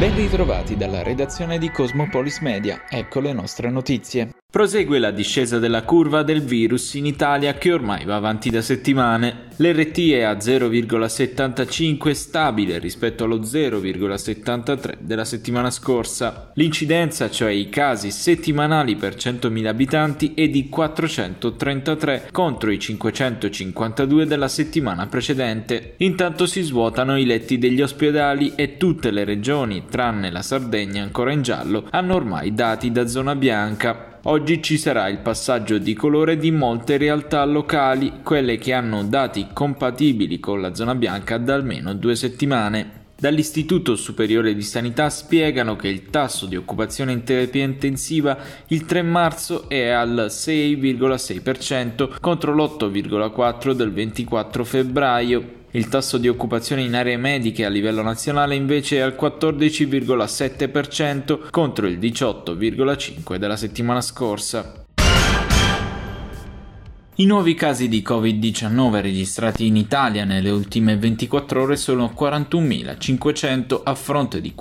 Ben ritrovati dalla redazione di Cosmopolis Media, ecco le nostre notizie. Prosegue la discesa della curva del virus in Italia che ormai va avanti da settimane. L'RT è a 0,75 stabile rispetto allo 0,73 della settimana scorsa. L'incidenza, cioè i casi settimanali per 100.000 abitanti, è di 433 contro i 552 della settimana precedente. Intanto si svuotano i letti degli ospedali e tutte le regioni, tranne la Sardegna ancora in giallo, hanno ormai dati da zona bianca. Oggi ci sarà il passaggio di colore di molte realtà locali, quelle che hanno dati compatibili con la zona bianca da almeno 2 settimane. Dall'Istituto Superiore di Sanità spiegano che il tasso di occupazione in terapia intensiva il 3 marzo è al 6,6% contro l'8,4% del 24 febbraio. Il tasso di occupazione in aree mediche a livello nazionale invece è al 14,7% contro il 18,5% della settimana scorsa. I nuovi casi di Covid-19 registrati in Italia nelle ultime 24 ore sono 41.500 a fronte di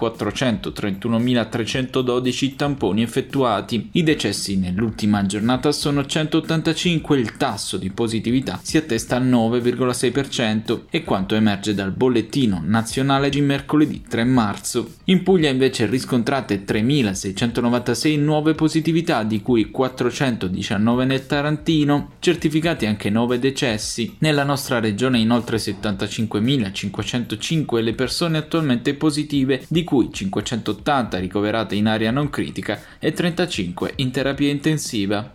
431.312 tamponi effettuati. I decessi nell'ultima giornata sono 185, il tasso di positività si attesta al 9,6% e quanto emerge dal bollettino nazionale di mercoledì 3 marzo. In Puglia invece riscontrate 3.696 nuove positività, di cui 419 nel Tarantino, certificati anche 9 decessi. Nella nostra regione inoltre 75.505 le persone attualmente positive, di cui 580 ricoverate in area non critica e 35 in terapia intensiva.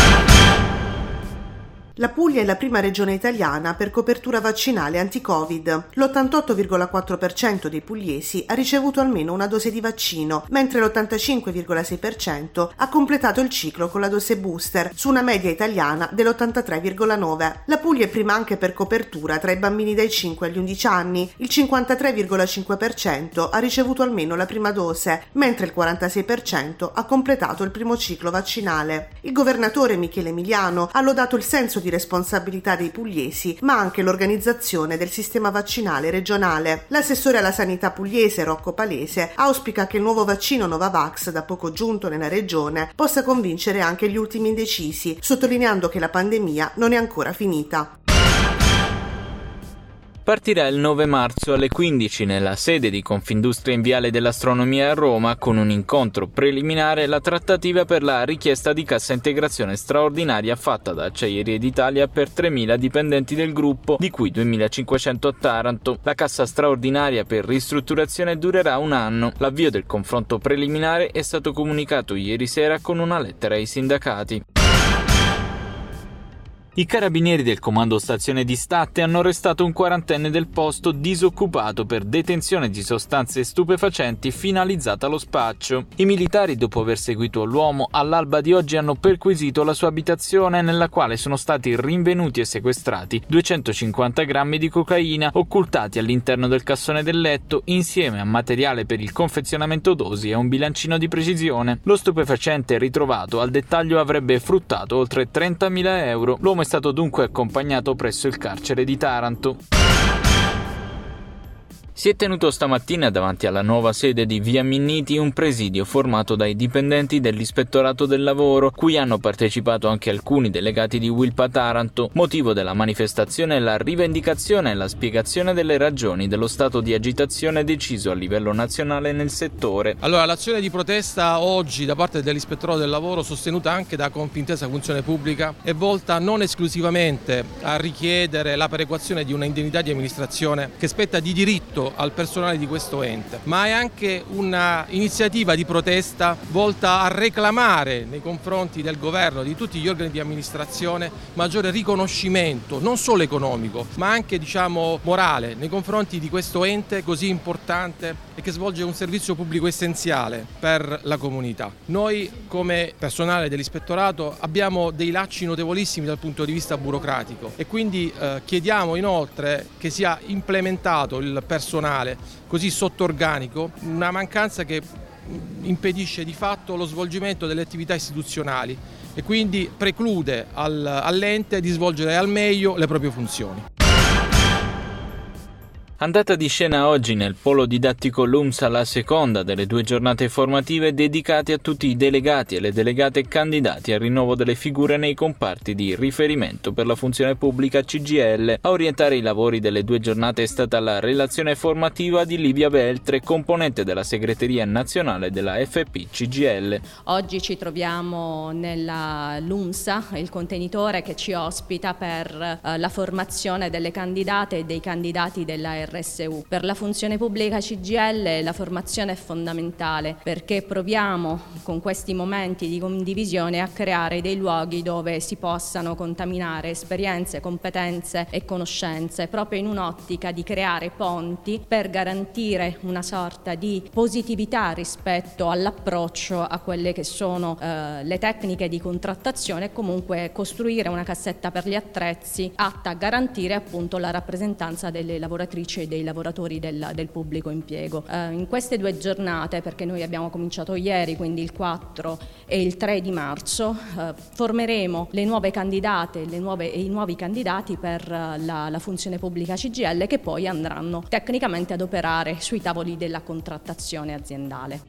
La Puglia è la prima regione italiana per copertura vaccinale anti-Covid. L'88,4% dei pugliesi ha ricevuto almeno una dose di vaccino, mentre l'85,6% ha completato il ciclo con la dose booster, su una media italiana dell'83,9%. La Puglia è prima anche per copertura tra i bambini dai 5 agli 11 anni. Il 53,5% ha ricevuto almeno la prima dose, mentre il 46% ha completato il primo ciclo vaccinale. Il governatore Michele Emiliano ha lodato il senso di responsabilità dei pugliesi, ma anche l'organizzazione del sistema vaccinale regionale. L'assessore alla sanità pugliese Rocco Palese auspica che il nuovo vaccino Novavax, da poco giunto nella regione, possa convincere anche gli ultimi indecisi, sottolineando che la pandemia non è ancora finita. Partirà il 9 marzo alle 15 nella sede di Confindustria in Viale dell'Astronomia a Roma, con un incontro preliminare, la trattativa per la richiesta di cassa integrazione straordinaria fatta da Acciaierie d'Italia per 3.000 dipendenti del gruppo, di cui 2.500 a Taranto. La cassa straordinaria per ristrutturazione durerà un anno. L'avvio del confronto preliminare è stato comunicato ieri sera con una lettera ai sindacati. I carabinieri del comando stazione di Statte hanno arrestato un quarantenne del posto disoccupato per detenzione di sostanze stupefacenti finalizzata allo spaccio. I militari, dopo aver seguito l'uomo, all'alba di oggi hanno perquisito la sua abitazione, nella quale sono stati rinvenuti e sequestrati 250 grammi di cocaina occultati all'interno del cassone del letto, insieme a materiale per il confezionamento dosi e un bilancino di precisione. Lo stupefacente ritrovato al dettaglio avrebbe fruttato oltre 30.000 euro. L'uomo è stato dunque accompagnato presso il carcere di Taranto. Si è tenuto stamattina davanti alla nuova sede di Via Minniti un presidio formato dai dipendenti dell'Ispettorato del Lavoro, cui hanno partecipato anche alcuni delegati di Wilpa Taranto. Motivo della manifestazione è la rivendicazione e la spiegazione delle ragioni dello stato di agitazione deciso a livello nazionale nel settore. Allora, l'azione di protesta oggi da parte dell'Ispettorato del Lavoro, sostenuta anche da Confintesa Funzione Pubblica, è volta non esclusivamente a richiedere la perequazione di una indennità di amministrazione che spetta di diritto al personale di questo ente, ma è anche una iniziativa di protesta volta a reclamare nei confronti del governo, di tutti gli organi di amministrazione, maggiore riconoscimento, non solo economico, ma anche morale, nei confronti di questo ente così importante e che svolge un servizio pubblico essenziale per la comunità. Noi come personale dell'Ispettorato abbiamo dei lacci notevolissimi dal punto di vista burocratico e quindi chiediamo inoltre che sia implementato il personale così sotto organico, una mancanza che impedisce di fatto lo svolgimento delle attività istituzionali e quindi preclude all'ente di svolgere al meglio le proprie funzioni. Andata di scena oggi nel polo didattico LUMSA la seconda delle 2 giornate formative dedicate a tutti i delegati e le delegate candidati al rinnovo delle figure nei comparti di riferimento per la funzione pubblica CGIL. A orientare i lavori delle 2 giornate è stata la relazione formativa di Livia Beltre, componente della segreteria nazionale della FP CGIL. Oggi ci troviamo nella LUMSA, il contenitore che ci ospita per la formazione delle candidate e dei candidati della RSU. Per la funzione pubblica CGIL la formazione è fondamentale perché proviamo con questi momenti di condivisione a creare dei luoghi dove si possano contaminare esperienze, competenze e conoscenze, proprio in un'ottica di creare ponti per garantire una sorta di positività rispetto all'approccio a quelle che sono le tecniche di contrattazione e comunque costruire una cassetta per gli attrezzi atta a garantire appunto la rappresentanza delle lavoratrici e dei lavoratori del pubblico impiego. In queste 2 giornate, perché noi abbiamo cominciato ieri, quindi il 4 e il 3 di marzo, formeremo le nuove candidate e i nuovi candidati per la funzione pubblica CGIL che poi andranno tecnicamente ad operare sui tavoli della contrattazione aziendale.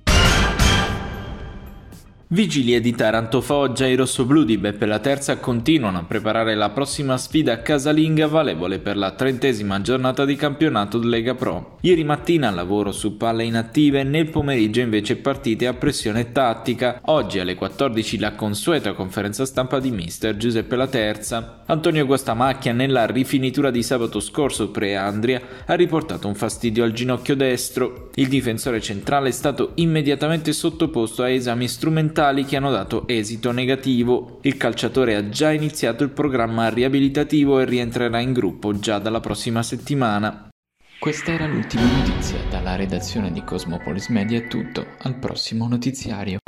Vigilie di Taranto Foggia e i rossoblù di Beppe Laterza continuano a preparare la prossima sfida casalinga valevole per la 30ª giornata di campionato Lega Pro. Ieri mattina lavoro su palle inattive, nel pomeriggio invece partite a pressione tattica. Oggi alle 14 la consueta conferenza stampa di mister Giuseppe Laterza. Antonio Guastamacchia nella rifinitura di sabato scorso pre-Andria ha riportato un fastidio al ginocchio destro. Il difensore centrale è stato immediatamente sottoposto a esami strumentali che hanno dato esito negativo. Il calciatore ha già iniziato il programma riabilitativo e rientrerà in gruppo già dalla prossima settimana. Questa era l'ultima notizia. Dalla redazione di Cosmopolis Media è tutto. Al prossimo notiziario.